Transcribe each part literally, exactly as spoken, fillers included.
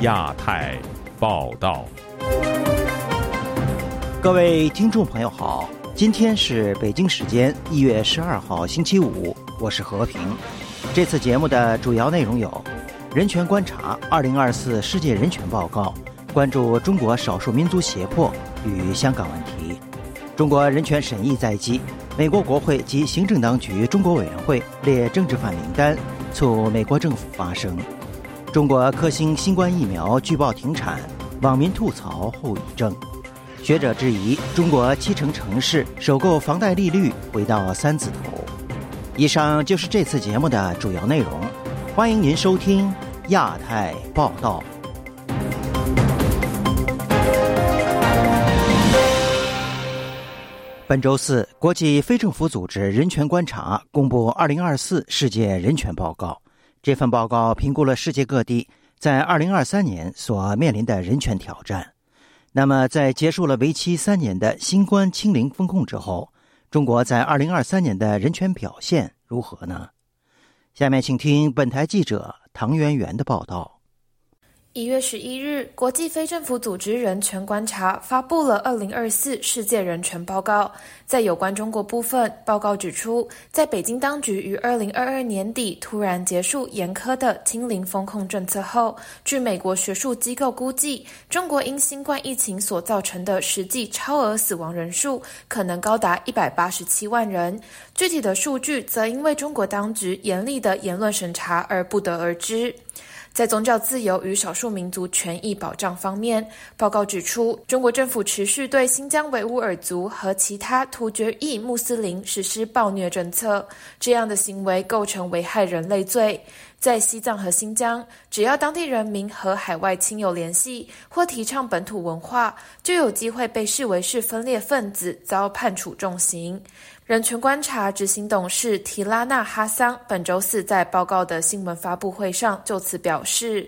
亚太报道。 各位听众朋友好，今天是北京时间一月十二号星期五，我是和平。这次节目的主要内容有：人权观察二零二四世界人权报告，关注中国少数民族胁迫与香港问题；中国人权审议在即，美国国会及行政当局中国委员会列政治犯名单，促美国政府发声；中国科兴新冠疫苗据报停产，网民吐槽后遗症；学者质疑中国七成城市首购房贷利率回到三字头。以上就是这次节目的主要内容，欢迎您收听亚太报道。本周四，国际非政府组织人权观察公布二零二四世界人权报告。这份报告评估了世界各地在二零二三年所面临的人权挑战。那么，在结束了为期三年的新冠清零封控之后，中国在二零二三年的人权表现如何呢？下面请听本台记者唐媛媛的报道。 一月十一日，国际非政府组织人权观察发布了二零二四世界人权报告。在有关中国部分，报告指出，在北京当局于二零二二年底突然结束严苛的清零封控政策后，据美国学术机构估计，中国因新冠疫情所造成的实际超额死亡人数可能高达一百八十七万人。具体的数据则因为中国当局严厉的言论审查而不得而知。在宗教自由与少数民族权益保障方面，报告指出，中国政府持续对新疆维吾尔族和其他突厥裔穆斯林实施暴虐政策，这样的行为构成危害人类罪。在西藏和新疆，只要当地人民和海外亲友联系或提倡本土文化，就有机会被视为是分裂分子，遭判处重刑。人权观察执行董事提拉纳哈桑本周四在报告的新闻发布会上就此表示，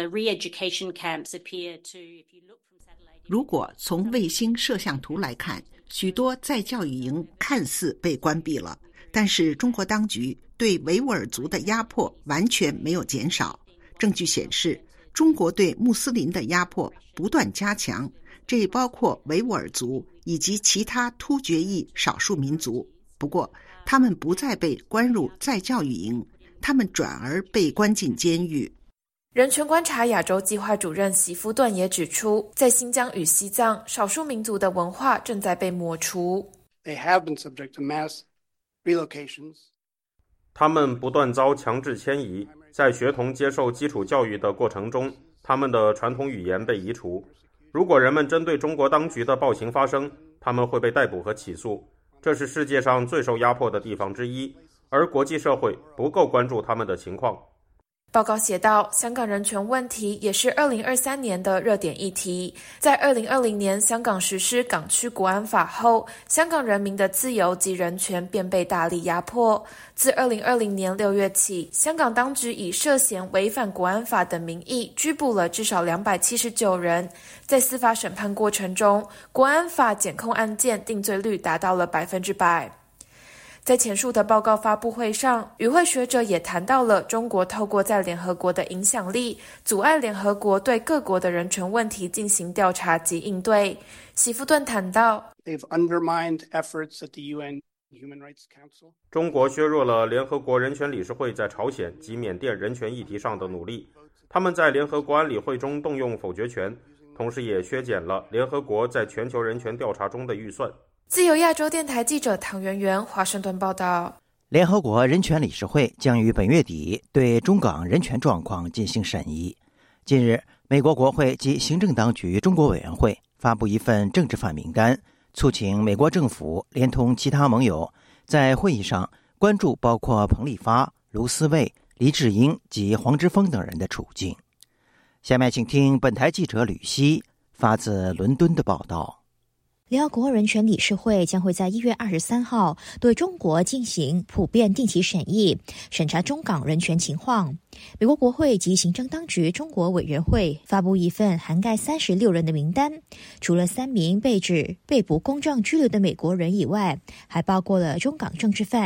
如果从卫星摄像图来看，许多再教育营看似被关闭了，但是中国当局对维吾尔族的压迫完全没有减少。证据显示，中国对穆斯林的压迫不断加强，这包括维吾尔族以及其他突厥裔少数民族。不过，他们不再被关入再教育营，他们转而被关进监狱。 人权观察亚洲计划主任席夫顿也指出，在新疆与西藏，少数民族的文化正在被抹除。 They have been subject to mass relocations. 他们不断遭强制迁移，在学童接受基础教育的过程中，他们的传统语言被移除。如果人们针对中国当局的暴行发声，他们会被逮捕和起诉。这是世界上最受压迫的地方之一，而国际社会不够关注他们的情况。 报告写道，香港人权问题也是二零二三年的热点议题。在二零二零年香港实施港区国安法后，香港人民的自由及人权便被大力压迫。自二零二零年六月起，香港当局以涉嫌违反国安法的名义拘捕了至少两百七十九人。在司法审判过程中，国安法检控案件定罪率达到了百分之百。在前述的报告发布会上，与会学者也谈到了中国透过在联合国的影响力，阻碍联合国对各国的人权问题进行调查及应对。席夫顿谈到， They've undermined efforts at the U N Human Rights Council. 中国削弱了联合国人权理事会在朝鲜及缅甸人权议题上的努力，他们在联合国安理会中动用否决权，同时也削减了联合国在全球人权调查中的预算。 自由亚洲电台记者唐媛媛华盛顿报道。 联合国人权理事会将于本月底对中港人权状况进行审议。近日，美国国会及行政当局中国委员会发布一份政治犯名单，促请美国政府连同其他盟友在会议上关注包括彭丽发、卢思卫、黎智英及黄之锋等人的处境。下面请听本台记者吕希发自伦敦的报道。 联合国人权理事会将会在一月二十三号对中国进行普遍定期审议，审查中港人权情况。美国国会及行政当局中国委员会发布一份涵盖三十六人的名单，除了三名被指被捕公正拘留的美国人以外，还包括了中港政治犯、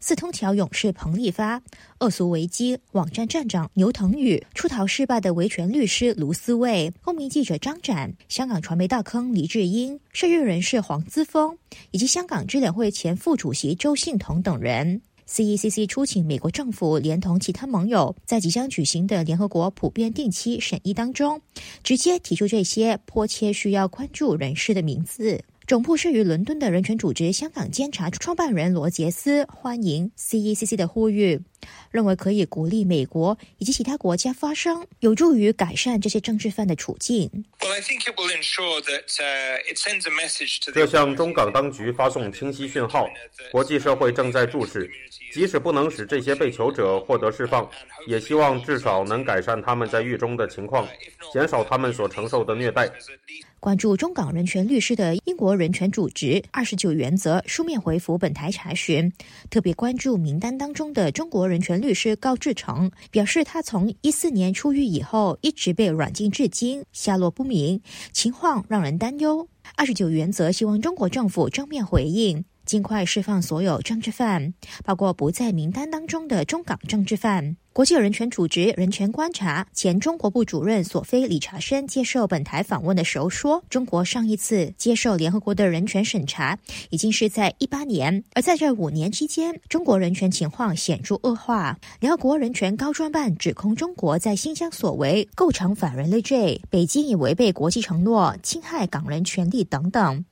四通桥勇士彭立发、恶俗危机网站站长牛腾宇、出逃失败的维权律师卢思卫、公民记者张展、香港传媒大亨黎智英、社运人士黄之锋，以及香港支联会前副主席周信彤等人。C E C C 出请美国政府连同其他盟友，在即将举行的联合国普遍定期审议当中，直接提出这些迫切需要关注人士的名字。总部设于伦敦的人权组织香港监察创办人罗杰斯欢迎 C E C C 的呼吁，认为可以鼓励美国以及其他国家发声，有助于改善这些政治犯的处境。 这向中港当局发送清晰讯号，国际社会正在注视，即使不能使这些被囚者获得释放，也希望至少能改善他们在狱中的情况，减少他们所承受的虐待。 关注中港人权律师的英国人权组织二十九原则书面回复本台查询，特别关注名单当中的中国人权律师高志成，表示他从一四年出狱以后一直被软禁至今，下落不明，情况让人担忧。二十九原则希望中国政府正面回应，尽快释放所有政治犯，包括不在名单当中的中港政治犯。国际人权组织人权观察前中国部主任索菲·理查森接受本台访问的时候说，中国上一次接受联合国的人权审查已经是在一八年，而在这五年期间，中国人权情况显著恶化。联合国人权高专办指控中国在新疆所为构成反人类罪，北京已违背国际承诺，侵害港人权利等等。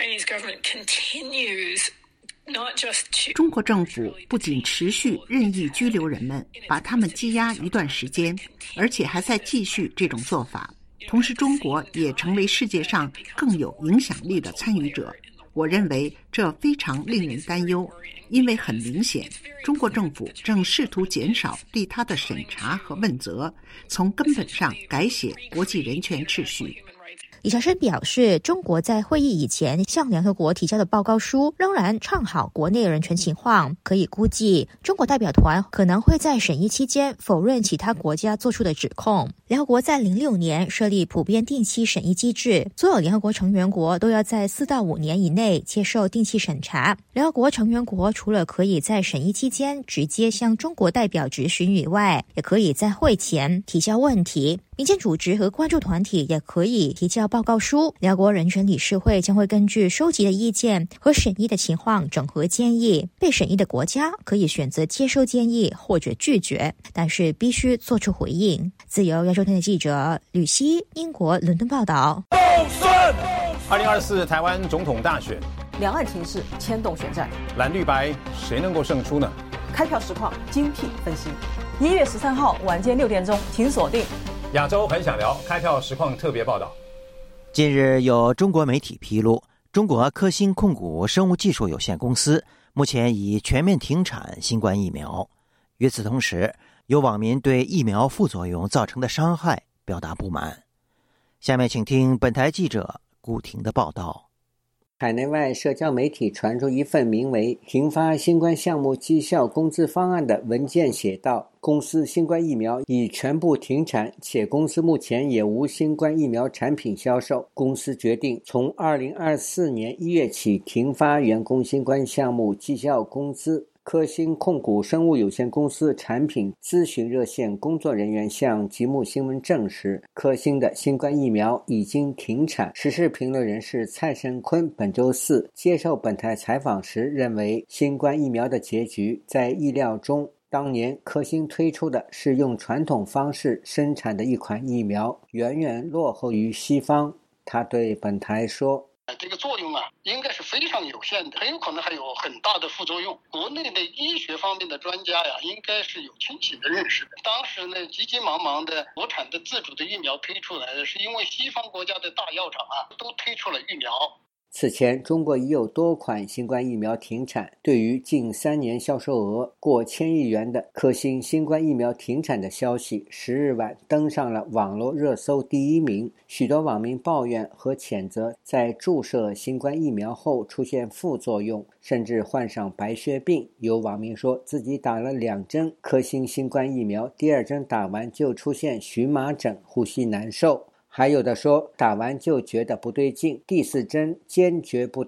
中国政府不仅持续任意拘留人们，把他们羁押一段时间，而且还在继续这种做法。同时，中国也成为世界上更有影响力的参与者。我认为这非常令人担忧，因为很明显，中国政府正试图减少对他的审查和问责，从根本上改写国际人权秩序。 理查森表示，中国在会议以前向联合国提交的报告书仍然唱好国内人权情况，可以估计中国代表团可能会在审议期间否认其他国家做出的指控。联合国在零六年设立普遍定期审议机制，所有联合国成员国都要在四到五年以内接受定期审查。联合国成员国除了可以在审议期间直接向中国代表质询以外，也可以在会前提交问题。民间组织和关注团体也可以提交报告书，联合国人权理事会将会根据收集的意见和审议的情况整合建议。被审议的国家可以选择接受建议或者拒绝，但是必须做出回应。自由亚洲电台记者吕希，英国伦敦报道。 二零二四台湾总统大选， 两岸情势牵动选战， 蓝绿白谁能够胜出呢？ 开票实况精辟分析。一月十三号晚间六点钟，请锁定亚洲很想聊开票实况特别报道。 近日有中国媒体披露，中国科兴控股生物技术有限公司目前已全面停产新冠疫苗。与此同时，有网民对疫苗副作用造成的伤害表达不满。下面请听本台记者顾婷的报道。 海内外社交媒体传出一份名为《停发新冠项目绩效工资方案》的文件，写道，公司新冠疫苗已全部停产，且公司目前也无新冠疫苗产品销售。公司决定从二零二四年一月起停发员工新冠项目绩效工资。科兴控股生物有限公司产品咨询热线工作人员向极目新闻证实，科兴的新冠疫苗已经停产。时事评论人士蔡申坤本周四接受本台采访时认为，新冠疫苗的结局在意料中。当年科兴推出的是用传统方式生产的一款疫苗，远远落后于西方。他对本台说， 这个作用啊，应该是非常有限的，很有可能还有很大的副作用。国内的医学方面的专家呀，应该是有清醒的认识的。当时呢，急急忙忙的国产的自主的疫苗推出来的，是因为西方国家的大药厂啊，都推出了疫苗。 此前，中国已有多款新冠疫苗停产。对于近三年销售额过千亿元的科兴新冠疫苗停产的消息，十日晚登上了网络热搜第一名。许多网民抱怨和谴责在注射新冠疫苗后出现副作用，甚至患上白血病。有网民说自己打了两针科兴新冠疫苗，第二针打完就出现荨麻疹，呼吸难受。还有的说打完就觉得不对劲，第四针坚决不打。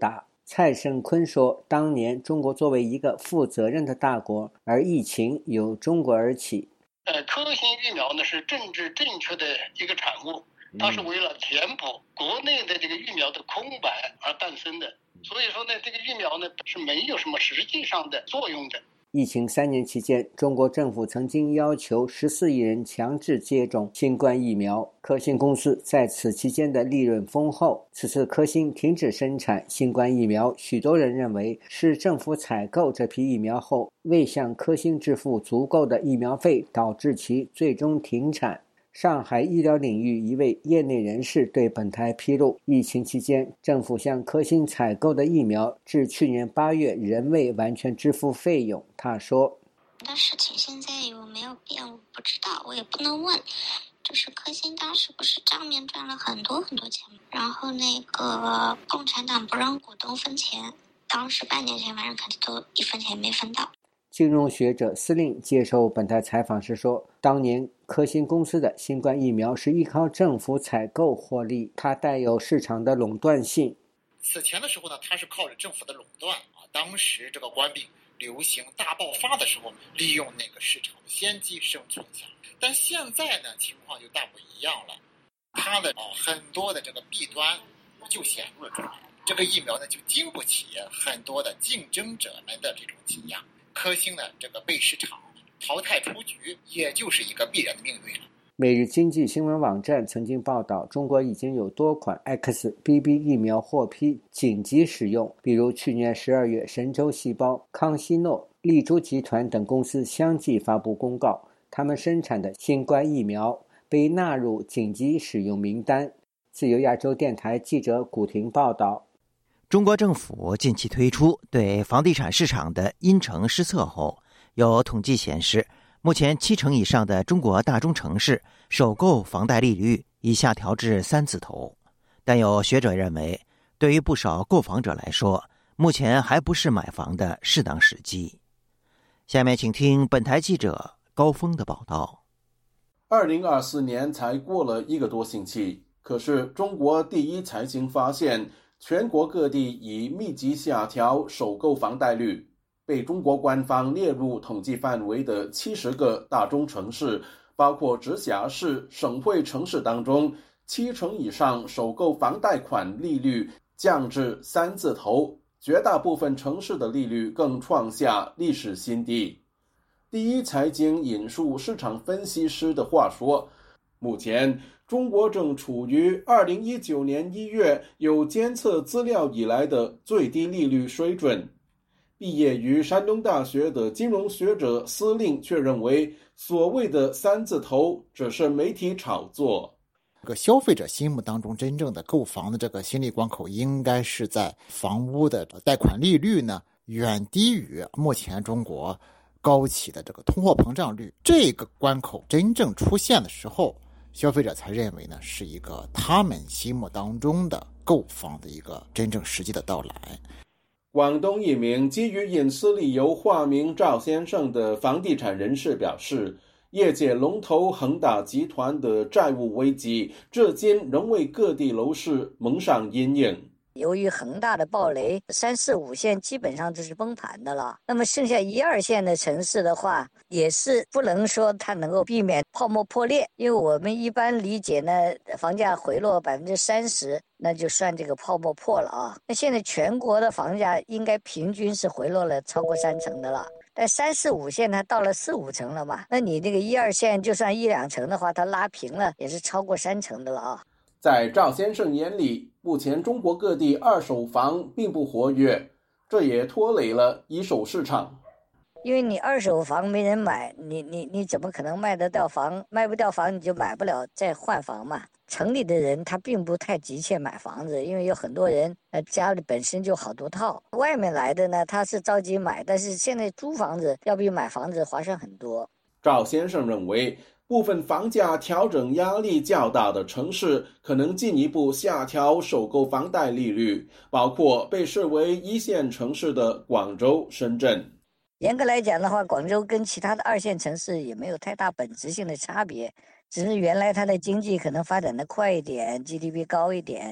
蔡胜坤说，当年中国作为一个负责任的大国，而疫情由中国而起。 呃，科兴疫苗呢是政治正确的一个产物，它是为了填补国内的这个疫苗的空白而诞生的。所以说呢，这个疫苗呢是没有什么实际上的作用的。 疫情三年期间，中国政府曾经要求十四亿人强制接种新冠疫苗。科兴公司在此期间的利润丰厚。此次科兴停止生产新冠疫苗，许多人认为是政府采购这批疫苗后未向科兴支付足够的疫苗费，导致其最终停产。上海医疗领域一位业内人士对本台披露，疫情期间政府向科兴采购的疫苗至去年八月仍未完全支付费用。他说， 的事情现在有没有变我不知道，我也不能问。就是科兴当时不是账面赚了很多很多钱，然后那个共产党不让股东分钱，当时半年前反正肯定都一分钱没分到。 金融学者司令接受本台采访时说，当年科兴公司的新冠疫苗是依靠政府采购获利，它带有市场的垄断性。 此前的时候呢，它是靠着政府的垄断啊，当时这个官兵流行大爆发的时候，利用那个市场的先机生存下来。但现在呢，情况就大不一样了，它的啊很多的这个弊端就显露了出来，这个疫苗呢就经不起很多的竞争者们的这种挤压。科兴呢，这个被市场淘汰出局，也就是一个必然的命运了。 每日经济新闻网站曾经报道，中国已经有多款 X B B 疫苗获批紧急使用，比如去年十二月，神州细胞、康希诺、丽珠集团等公司相继发布公告，他们生产的新冠疫苗被纳入紧急使用名单。自由亚洲电台记者古婷报道。 中国政府近期推出对房地产市场的因城施策后，有统计显示，目前七成以上的中国大中城市首购房贷利率已下调至三字头。但有学者认为，对于不少购房者来说，目前还不是买房的适当时机。下面请听本台记者高峰的报道。 二零二四年才过了一个多星期，可是中国第一财经发现，全国各地已密集下调首购房贷率。被中国官方列入统计范围的七十个大中城市，包括直辖市、省会城市当中，七成以上首购房贷款利率降至三字头，绝大部分城市的利率更创下历史新低。第一财经引述市场分析师的话说，目前中国正处于二零一九年一月有监测资料以来的最低利率水准。毕业于山东大学的金融学者司令却认为，所谓的三字头只是媒体炒作。 这个消费者心目当中真正的购房的这个心理关口，应该是在房屋的贷款利率呢远低于目前中国高企的这个通货膨胀率，这个关口真正出现的时候，消费者才认为呢是一个他们心目当中的购房的一个真正实际的到来。 广东一名基于隐私理由化名赵先生的房地产人士表示，业界龙头恒大集团的债务危机至今仍为各地楼市蒙上阴影。 由于恒大的暴雷，三四五线基本上就是崩盘的了。那么剩下一二线的城市的话，也是不能说它能够避免泡沫破裂，因为我们一般理解呢，房价回落百分之三十，那就算这个泡沫破了啊。那现在全国的房价应该平均是回落了超过三成的了。但三四五线它到了四五成了嘛，那你这个一二线就算一两成的话，它拉平了也是超过三成的了啊。 在赵先生眼里，目前中国各地二手房并不活跃，这也拖累了一手市场。 因为你二手房没人买，你你你怎么可能卖得到房？卖不掉房你就买不了再换房嘛。城里的人他并不太急切买房子，因为有很多人呃家里本身就好多套，外面来的呢他是着急买，但是现在租房子要比买房子划算很多。 赵先生认为，部分房价调整压力较大的城市可能进一步下调首购房贷利率，包括被视为一线城市的广州、深圳。 严格来讲的话，广州跟其他的二线城市也没有太大本质性的差别，只是原来它的经济可能发展的快一点， G D P 高一点，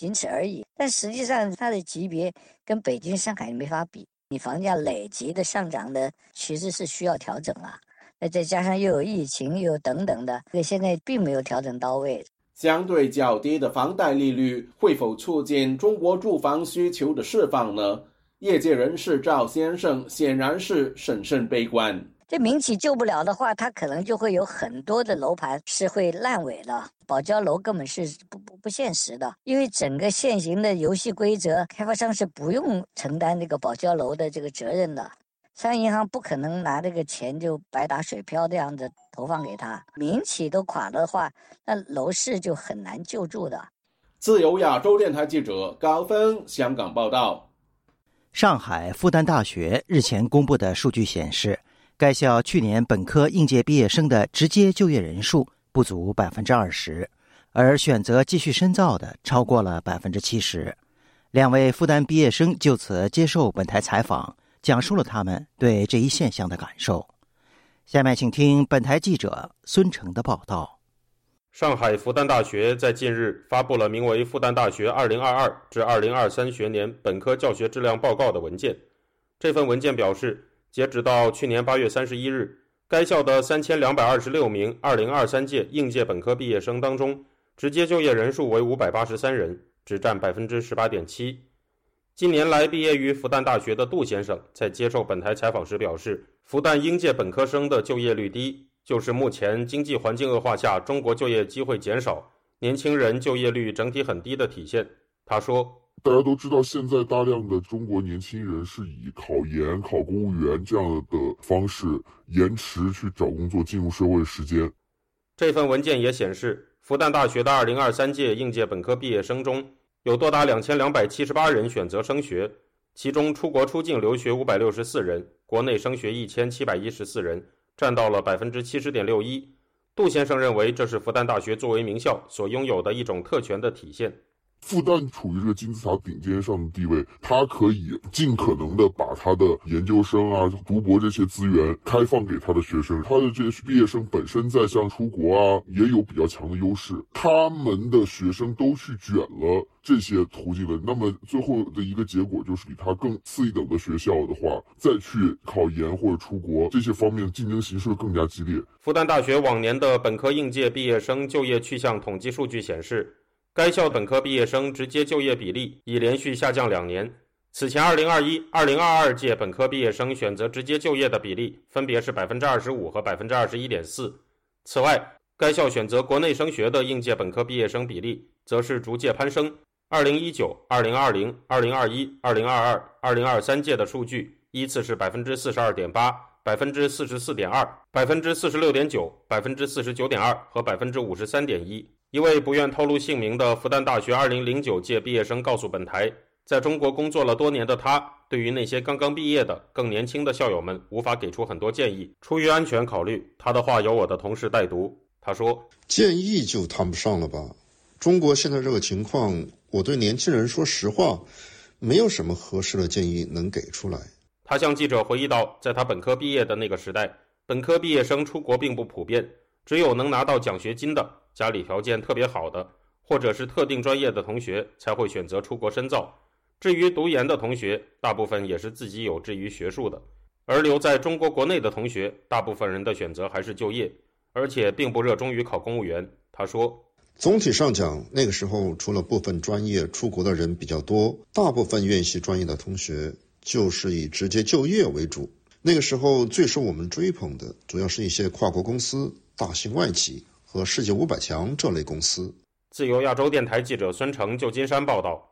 仅此而已。但实际上它的级别跟北京、上海没法比，你房价累积的上涨的其实是需要调整啊。那再加上又有疫情，又有等等的，所以现在并没有调整到位。 相对较低的房贷利率会否促进中国住房需求的释放呢？业界人士赵先生显然是审慎悲观。 这民企救不了的话，它可能就会有很多的楼盘是会烂尾的，保交楼根本是不不不现实的，因为整个现行的游戏规则，开发商是不用承担这个保交楼的这个责任的。商业银行不可能拿这个钱就白打水漂这样子投放给他，民企都垮了的话，那楼市就很难救助的。 自由亚洲电台记者高峰香港报道。 上海复旦大学日前公布的数据显示，该校去年本科应届毕业生的直接就业人数不足百分之二十，而选择继续深造的超过了百分之七十。两位复旦毕业生就此接受本台采访，讲述了他们对这一现象的感受。下面请听本台记者孙成的报道。 上海复旦大学在近日发布了名为《复旦大学二零二二至二零二三学年本科教学质量报告》的文件。这份文件表示，截止到去年八月三十一日，该校的三千两百二十六名二零二三届应届本科毕业生当中，直接就业人数为五百八十三人，只占 百分之十八点七。近年来毕业于复旦大学的杜先生在接受本台采访时表示，复旦应届本科生的就业率低，就是目前经济环境恶化下中国就业机会减少，年轻人就业率整体很低的体现。他说， 大家都知道，现在大量的中国年轻人是以考研、考公务员这样的方式延迟去找工作、进入社会时间。 这份文件也显示，复旦大学的二零二三届应届本科毕业生中，有多达两千两百七十八人选择升学，其中出国出境留学五百六十四人，国内升学一千七百一十四人，占到了 百分之七十点六一。杜先生认为，这是复旦大学作为名校所拥有的一种特权的体现。 复旦处于这个金字塔顶尖上的地位，它可以尽可能的把它的研究生啊、读博这些资源开放给他的学生。他的这些毕业生本身在像出国啊也有比较强的优势，他们的学生都去卷了这些途径了，那么最后的一个结果就是比他更次一等的学校的话，再去考研或者出国，这些方面竞争形势会更加激烈。 复旦大学往年的本科应届毕业生就业去向统计数据显示，该校本科毕业生直接就业比例已连续下降两年。此前二零二一、二零二二届本科毕业生选择直接就业的比例分别是 百分之二十五 和 百分之二十一点四。此外，该校选择国内升学的应届本科毕业生比例则是逐渐攀升。二零一九、二零二零、二零二一、二零二二、二零二三届的数据依次是 百分之四十二点八、百分之四十四点二、百分之四十六点九、百分之四十九点二 和 百分之五十三点一。一位不愿透露姓名的复旦大学二零零九届毕业生告诉本台，在中国工作了多年的他，对于那些刚刚毕业的更年轻的校友们无法给出很多建议。出于安全考虑，他的话由我的同事代读。他说， 建议就谈不上了吧，中国现在这个情况，我对年轻人说实话，没有什么合适的建议能给出来。 他向记者回忆到，在他本科毕业的那个时代，本科毕业生出国并不普遍，只有能拿到奖学金的、家里条件特别好的，或者是特定专业的同学才会选择出国深造。至于读研的同学，大部分也是自己有志于学术的。而留在中国国内的同学，大部分人的选择还是就业，而且并不热衷于考公务员。他说， 总体上讲，那个时候除了部分专业出国的人比较多，大部分院系专业的同学就是以直接就业为主。那个时候最受我们追捧的主要是一些跨国公司、大型外企和世界五百强这类公司。 自由亚洲电台记者孙成旧金山报道。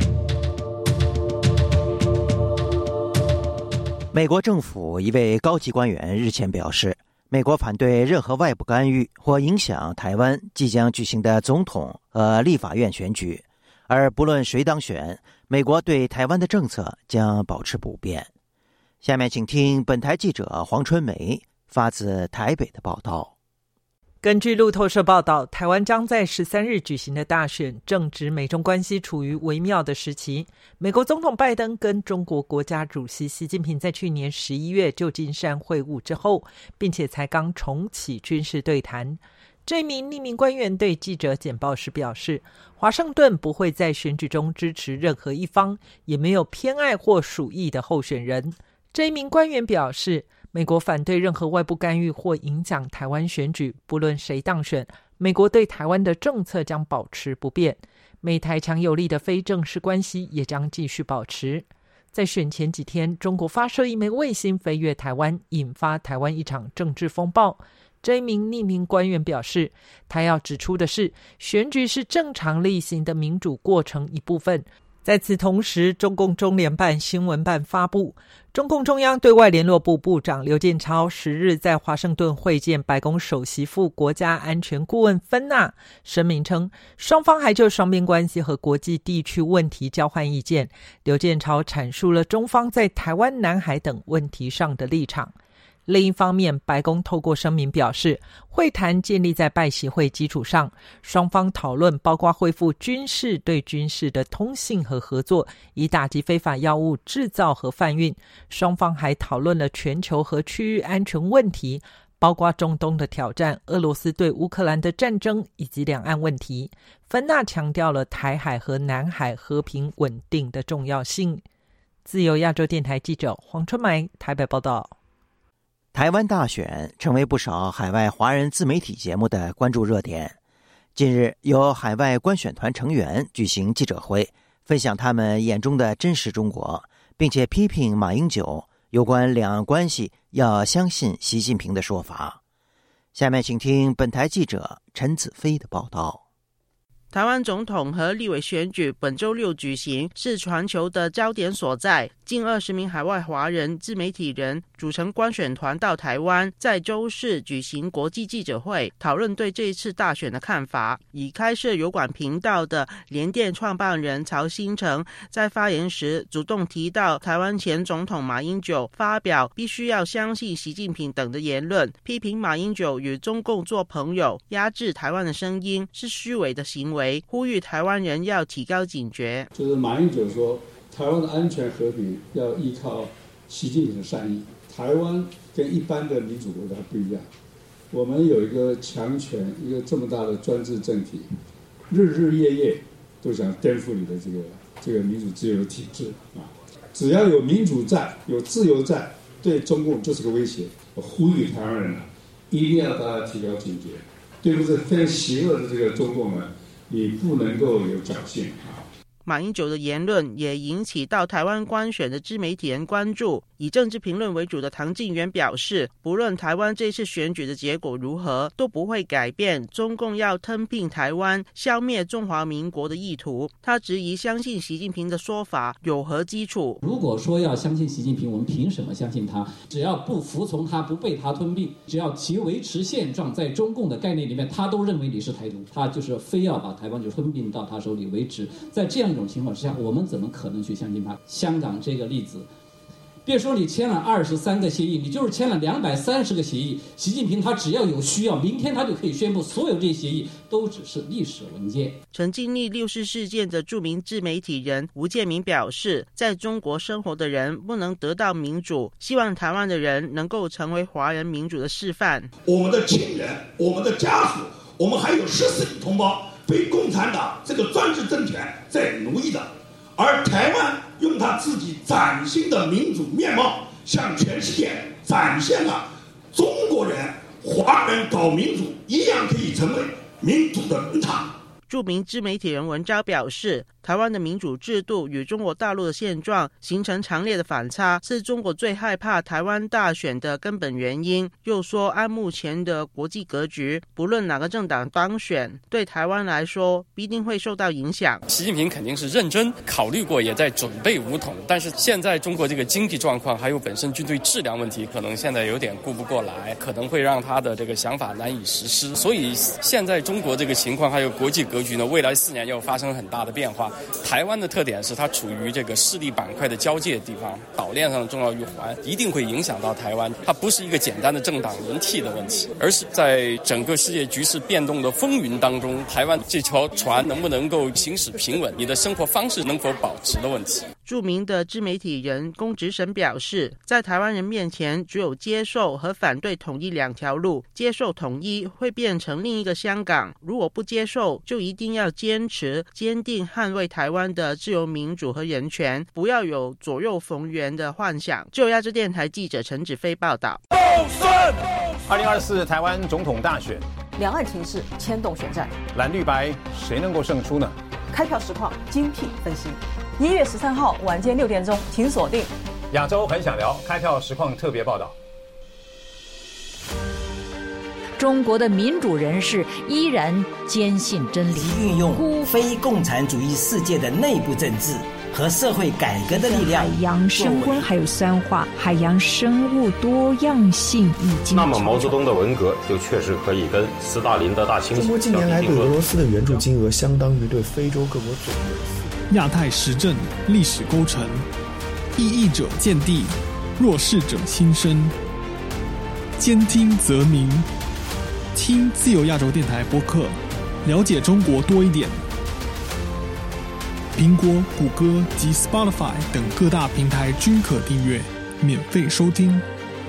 美国政府一位高级官员日前表示，美国反对任何外部干预或影响台湾即将举行的总统和立法院选举，而不论谁当选，美国对台湾的政策将保持不变。下面请听本台记者黄春梅发自台北的报道。 根据路透社报道，台湾将在十三日举行的大选，正值美中关系处于微妙的时期。美国总统拜登跟中国国家主席习近平在去年十一月旧金山会晤之后，并且才刚重启军事对谈。 这名匿名官员对记者简报时表示，华盛顿不会在选举中支持任何一方，也没有偏爱或属意的候选人。这一名官员表示，美国反对任何外部干预或影响台湾选举，不论谁当选，美国对台湾的政策将保持不变，美台强有力的非正式关系也将继续保持。在选前几天，中国发射一枚卫星飞越台湾，引发台湾一场政治风暴。这一名匿名官员表示，他要指出的是，选举是正常例行的民主过程一部分。在此同时，中共中联办新闻办发布，中共中央对外联络部部长刘建超十日在华盛顿会见白宫首席副国家安全顾问芬纳，声明称，双方还就双边关系和国际地区问题交换意见。刘建超阐述了中方在台湾、南海等问题上的立场。另一方面，白宫透过声明表示，会谈建立在拜习会基础上，双方讨论包括恢复军事对军事的通信和合作，以打击非法药物制造和贩运。双方还讨论了全球和区域安全问题，包括中东的挑战、俄罗斯对乌克兰的战争以及两岸问题。芬纳强调了台海和南海和平稳定的重要性。自由亚洲电台记者黄春梅台北报道。 台湾大选成为不少海外华人自媒体节目的关注热点。近日，有海外观选团成员举行记者会，分享他们眼中的真实中国，并且批评马英九有关两岸关系要相信习近平的说法。下面请听本台记者陈子飞的报道。 台湾总统和立委选举本周六举行，是全球的焦点所在。近二十名海外华人自媒体人组成观选团到台湾，在周四举行国际记者会，讨论对这一次大选的看法。已开设油管频道的联电创办人曹兴诚在发言时主动提到，台湾前总统马英九发表必须要相信习近平等的言论，批评马英九与中共做朋友，压制台湾的声音是虚伪的行为，呼吁台湾人要提高警觉。 就是马英九说，台湾的安全和平要依靠习近平的善意。台湾跟一般的民主国家不一样，我们有一个强权，一个这么大的专制政体，日日夜夜都想颠覆你的这个这个民主自由体制啊！只要有民主在，有自由在，对中共就是个威胁。我呼吁台湾人啊，一定要大家提高警觉，对不对？非常邪恶的这个中共呢，你不能够有侥幸啊！ 马英九的言论也引起到台湾观选的自媒体人关注。以政治评论为主的唐晋元表示，不论台湾这次选举的结果如何，都不会改变中共要吞并台湾、消灭中华民国的意图。他质疑相信习近平的说法有何基础。 如果说要相信习近平，我们凭什么相信他？只要不服从他，不被他吞并，只要其维持现状，在中共的概念里面，他都认为你是台独，他就是非要把台湾就吞并到他手里为止。在这样一种情况之下，我们怎么可能去相信他？香港这个例子，别说你签了二十三个协议，你就是签了两百三十个协议，习近平他只要有需要，明天他就可以宣布所有这些协议都只是历史文件。 曾经历六四事件的著名自媒体人吴建民表示，在中国生活的人不能得到民主，希望台湾的人能够成为华人民主的示范。 我们的亲人，我们的家属，我们还有十四亿同胞被共产党这个专制政权在奴役的，而台湾用他自己崭新的民主面貌，向全世界展现了中国人、华人搞民主一样可以成为民主的伦常。 著名自媒体人文昭表示，台湾的民主制度与中国大陆的现状形成强烈的反差，是中国最害怕台湾大选的根本原因。又说，按目前的国际格局，不论哪个政党当选，对台湾来说必定会受到影响。 习近平肯定是认真考虑过，也在准备武统，但是现在中国这个经济状况还有本身军队质量问题，可能现在有点顾不过来，可能会让他的这个想法难以实施。所以现在中国这个情况还有国际格局呢，未来四年要发生很大的变化。台湾的特点是它处于这个势力板块的交界地方，岛链上的重要一环，一定会影响到台湾。它不是一个简单的政党轮替的问题，而是在整个世界局势变动的风云当中，台湾这条船能不能够行驶平稳，你的生活方式能否保持的问题。 著名的自媒体人龚直审表示，在台湾人面前只有接受和反对统一两条路，接受统一会变成另一个香港，如果不接受就一定要坚持坚定捍卫台湾的自由民主和人权，不要有左右逢源的幻想。自由亚洲电台记者陈子飞报道。 二零二四台湾总统大选， 两岸情势牵动选战， 蓝绿白谁能够胜出呢？ 开票实况精辟分析。一月十三号晚间六点钟，请锁定亚洲很想聊开票实况特别报道。 中国的民主人士依然坚信真理， 运用非共产主义世界的内部政治和社会改革的力量， 海洋升温还有酸化，海洋生物多样性已经。 那么毛泽东的文革就确实可以跟斯大林的大清洗。 中国近年来对俄罗斯的援助金额相当于对非洲各国总额。 亚太时政历史构成，异议者见地，弱势者心声。兼听则明，听自由亚洲电台播客，了解中国多一点。苹果、谷歌及 Spotify 等各大平台均可订阅，免费收听。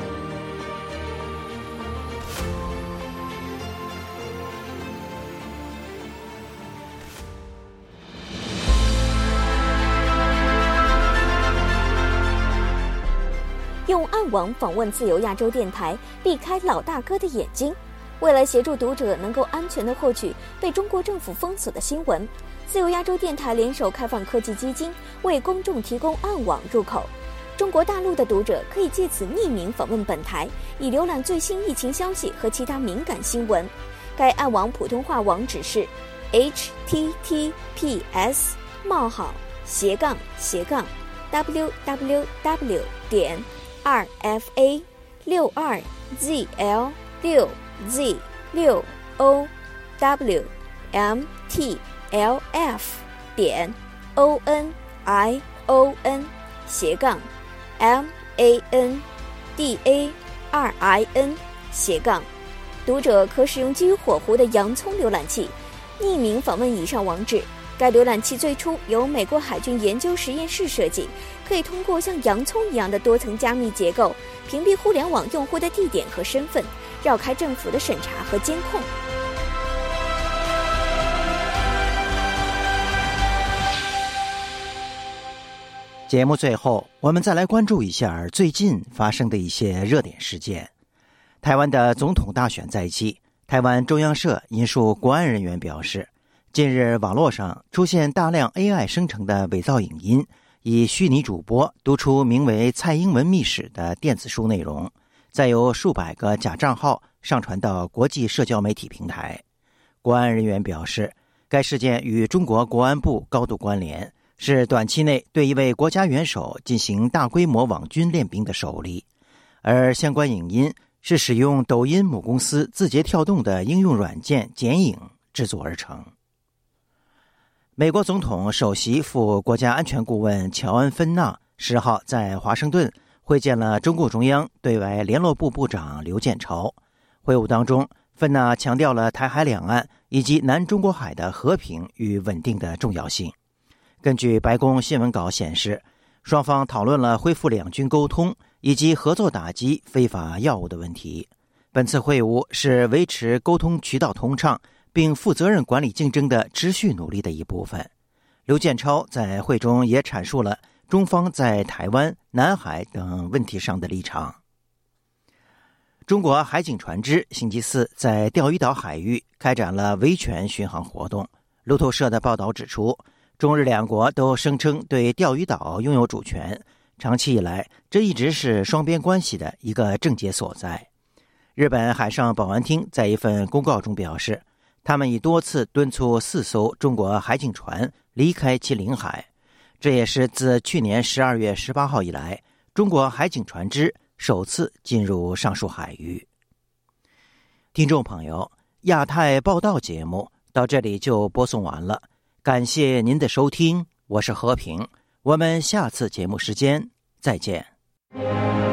用暗网访问自由亚洲电台，避开老大哥的眼睛。为了协助读者能够安全地获取被中国政府封锁的新闻，自由亚洲电台联手开放科技基金，为公众提供暗网入口。中国大陆的读者可以借此匿名访问本台，以浏览最新疫情消息和其他敏感新闻。该暗网普通话网址是 h t t p s 冒号斜杠斜杠 w w w 点 r f a 六二 z l 六 z 六 o w m t l f 点 o n i o n 斜杠 m a n d a r i n 斜杠。读者可使用基于火狐的洋葱浏览器匿名访问以上网址。该浏览器最初由美国海军研究实验室设计，可以通过像洋葱一样的多层加密结构，屏蔽互联网用户的地点和身份，绕开政府的审查和监控。 节目最后，我们再来关注一下最近发生的一些热点事件。台湾的总统大选在即，台湾中央社引述国安人员表示，近日网络上出现大量 A I 生成的伪造影音，以虚拟主播读出名为蔡英文秘史的电子书内容，再由数百个假账号上传到国际社交媒体平台。国安人员表示，该事件与中国国安部高度关联，是短期内对一位国家元首进行大规模网军练兵的首例，而相关影音是使用抖音母公司字节跳动的应用软件剪影制作而成。美国总统首席副国家安全顾问乔恩·芬纳十号在华盛顿会见了中共中央对外联络部部长刘建超。会晤当中，芬纳强调了台海两岸以及南中国海的和平与稳定的重要性。根据白宫新闻稿显示，双方讨论了恢复两军沟通以及合作打击非法药物的问题。本次会晤是维持沟通渠道通畅并负责任管理竞争的持续努力的一部分。刘建超在会中也阐述了中方在台湾、南海等问题上的立场。中国海警船只星期四在钓鱼岛海域开展了维权巡航活动。路透社的报道指出，中日两国都声称对钓鱼岛拥有主权，长期以来，这一直是双边关系的一个症结所在。日本海上保安厅在一份公告中表示，他们已多次敦促四艘中国海警船离开其领海，这也是自去年十二月十八号以来，中国海警船只首次进入上述海域。听众朋友，亚太报道节目到这里就播送完了，感谢您的收听，我是和平，我们下次节目时间再见。